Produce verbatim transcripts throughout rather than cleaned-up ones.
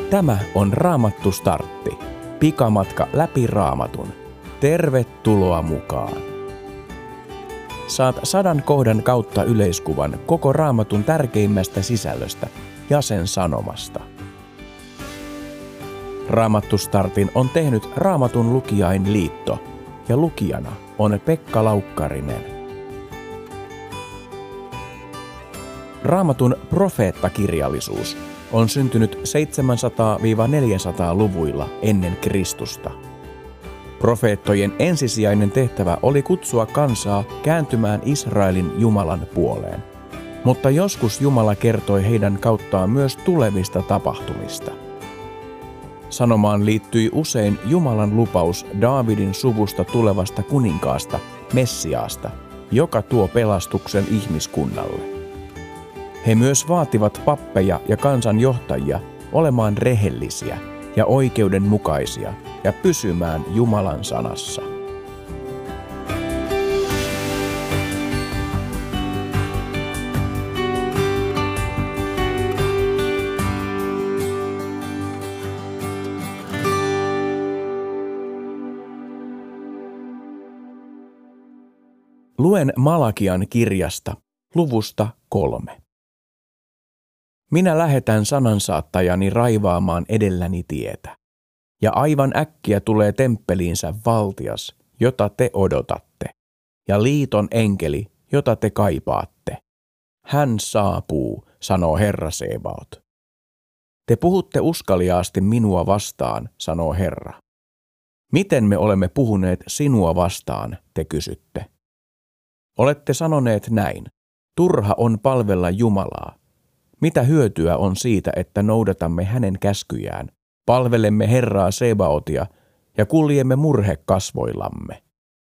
Tämä on Raamattu Startti. Pikamatka läpi Raamatun. Tervetuloa mukaan. Saat sadan kohdan kautta yleiskuvan koko Raamatun tärkeimmästä sisällöstä ja sen sanomasta. Raamattu Startin on tehnyt Raamatun lukijain liitto ja lukijana on Pekka Laukkarinen. Raamatun profeettakirjallisuus on syntynyt seitsemänsataa–neljäsataa-luvuilla ennen Kristusta. Profeettojen ensisijainen tehtävä oli kutsua kansaa kääntymään Israelin Jumalan puoleen, mutta joskus Jumala kertoi heidän kauttaan myös tulevista tapahtumista. Sanomaan liittyi usein Jumalan lupaus Daavidin suvusta tulevasta kuninkaasta, Messiaasta, joka tuo pelastuksen ihmiskunnalle. He myös vaativat pappeja ja kansanjohtajia olemaan rehellisiä ja oikeudenmukaisia ja pysymään Jumalan sanassa. Luen Malakian kirjasta, luvusta kolme. Minä lähetän sanansaattajani raivaamaan edelläni tietä, ja aivan äkkiä tulee temppeliinsä valtias, jota te odotatte, ja liiton enkeli, jota te kaipaatte. Hän saapuu, sanoo Herra Sebaot. Te puhutte uskaliaasti minua vastaan, sanoo Herra. Miten me olemme puhuneet sinua vastaan, te kysytte. Olette sanoneet näin, turha on palvella Jumalaa. Mitä hyötyä on siitä, että noudatamme hänen käskyjään, palvelemme Herraa Sebaotia ja kuljemme murhekasvoillamme?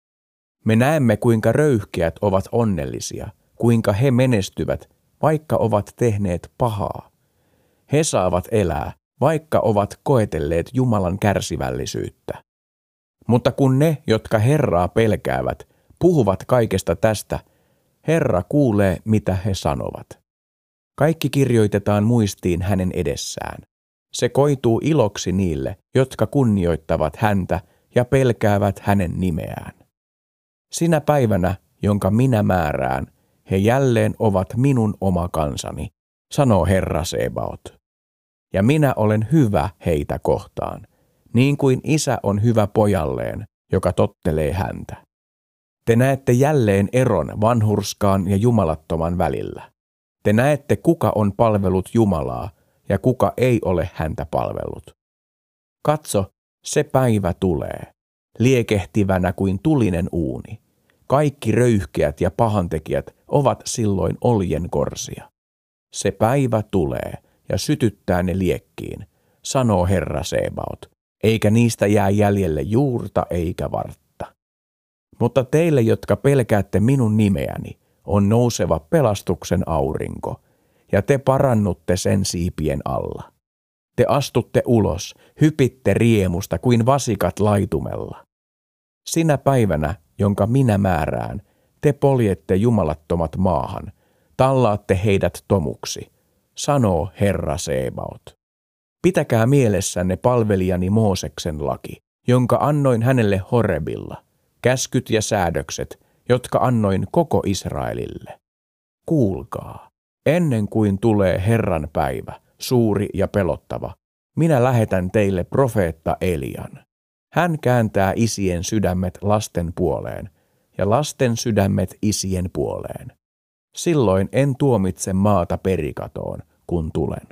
Me näemme, kuinka röyhkeät ovat onnellisia, kuinka he menestyvät, vaikka ovat tehneet pahaa. He saavat elää, vaikka ovat koetelleet Jumalan kärsivällisyyttä. Mutta kun ne, jotka Herraa pelkäävät, puhuvat kaikesta tästä, Herra kuulee, mitä he sanovat. Kaikki kirjoitetaan muistiin hänen edessään. Se koituu iloksi niille, jotka kunnioittavat häntä ja pelkäävät hänen nimeään. Sinä päivänä, jonka minä määrään, he jälleen ovat minun oma kansani, sanoo Herra Sebaot. Ja minä olen hyvä heitä kohtaan, niin kuin isä on hyvä pojalleen, joka tottelee häntä. Te näette jälleen eron vanhurskaan ja jumalattoman välillä. Te näette, kuka on palvellut Jumalaa ja kuka ei ole häntä palvellut. Katso, se päivä tulee, liekehtivänä kuin tulinen uuni. Kaikki röyhkeät ja pahantekijät ovat silloin oljenkorsia. Se päivä tulee ja sytyttää ne liekkiin, sanoo Herra Sebaot, eikä niistä jää jäljelle juurta eikä vartta. Mutta teille, jotka pelkäätte minun nimeäni, on nouseva pelastuksen aurinko, ja te parannutte sen siipien alla. Te astutte ulos, hypitte riemusta kuin vasikat laitumella. Sinä päivänä, jonka minä määrään, te poljette jumalattomat maahan, tallaatte heidät tomuksi, sanoo Herra Sebaot. Pitäkää mielessänne palvelijani Mooseksen laki, jonka annoin hänelle Horebilla, käskyt ja säädökset, jotka annoin koko Israelille. Kuulkaa, ennen kuin tulee Herran päivä, suuri ja pelottava, minä lähetän teille profeetta Elian. Hän kääntää isien sydämet lasten puoleen ja lasten sydämet isien puoleen. Silloin en tuomitse maata perikatoon, kun tulen.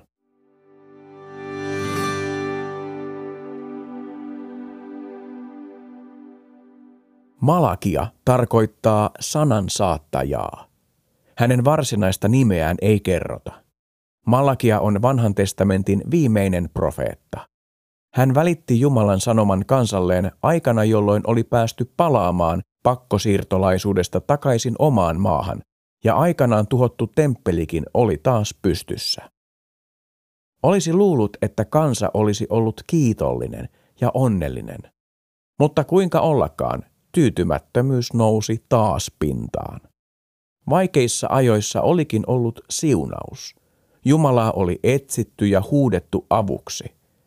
Malakia tarkoittaa sanansaattajaa. Hänen varsinaista nimeään ei kerrota. Malakia on Vanhan testamentin viimeinen profeetta. Hän välitti Jumalan sanoman kansalleen aikana, jolloin oli päästy palaamaan pakkosiirtolaisuudesta takaisin omaan maahan, ja aikanaan tuhottu temppelikin oli taas pystyssä. Olisi luullut, että kansa olisi ollut kiitollinen ja onnellinen. Mutta kuinka ollakaan, tyytymättömyys nousi taas pintaan. Vaikeissa ajoissa olikin ollut siunaus. Jumalaa oli etsitty ja huudettu avuksi.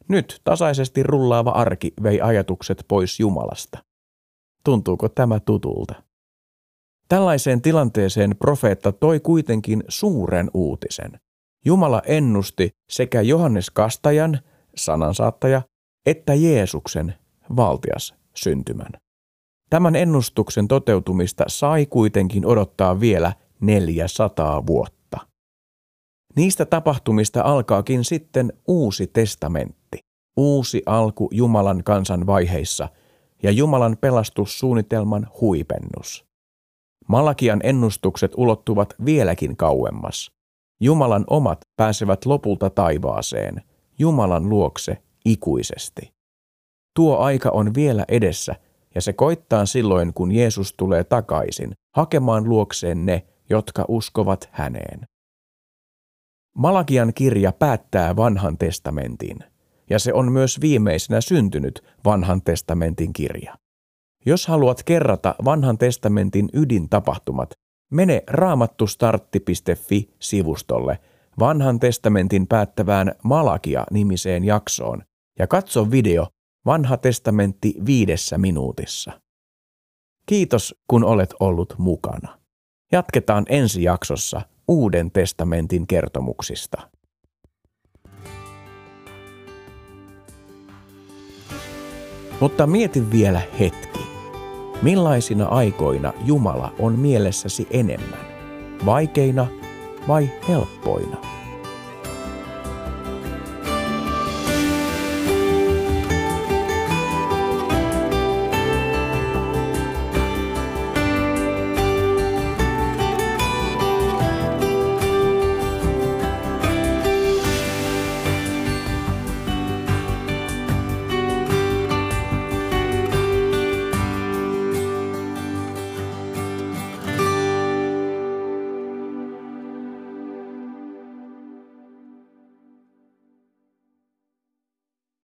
Nyt tasaisesti rullaava arki vei ajatukset pois Jumalasta. Tuntuuko tämä tutulta? Tällaiseen tilanteeseen profeetta toi kuitenkin suuren uutisen. Jumala ennusti sekä Johannes Kastajan, sanansaattaja, että Jeesuksen, valtias, syntymän. Tämän ennustuksen toteutumista sai kuitenkin odottaa vielä neljäsataa vuotta. Niistä tapahtumista alkaakin sitten Uusi testamentti, uusi alku Jumalan kansan vaiheissa ja Jumalan pelastussuunnitelman huipennus. Malakian ennustukset ulottuvat vieläkin kauemmas. Jumalan omat pääsevät lopulta taivaaseen, Jumalan luokse ikuisesti. Tuo aika on vielä edessä ja se koittaa silloin, kun Jeesus tulee takaisin hakemaan luokseen ne, jotka uskovat häneen. Malakian kirja päättää vanhan testamentin ja se on myös viimeisenä syntynyt vanhan testamentin kirja. Jos haluat kerrata vanhan testamentin ydintapahtumat, mene raamattustartti piste fi-sivustolle vanhan testamentin päättävään Malakia-nimiseen jaksoon ja katso video Vanha testamentti viidessä minuutissa. Kiitos, kun olet ollut mukana. Jatketaan ensi jaksossa Uuden testamentin kertomuksista. Mutta mieti vielä hetki. Millaisina aikoina Jumala on mielessäsi enemmän? Vaikeina vai helppoina?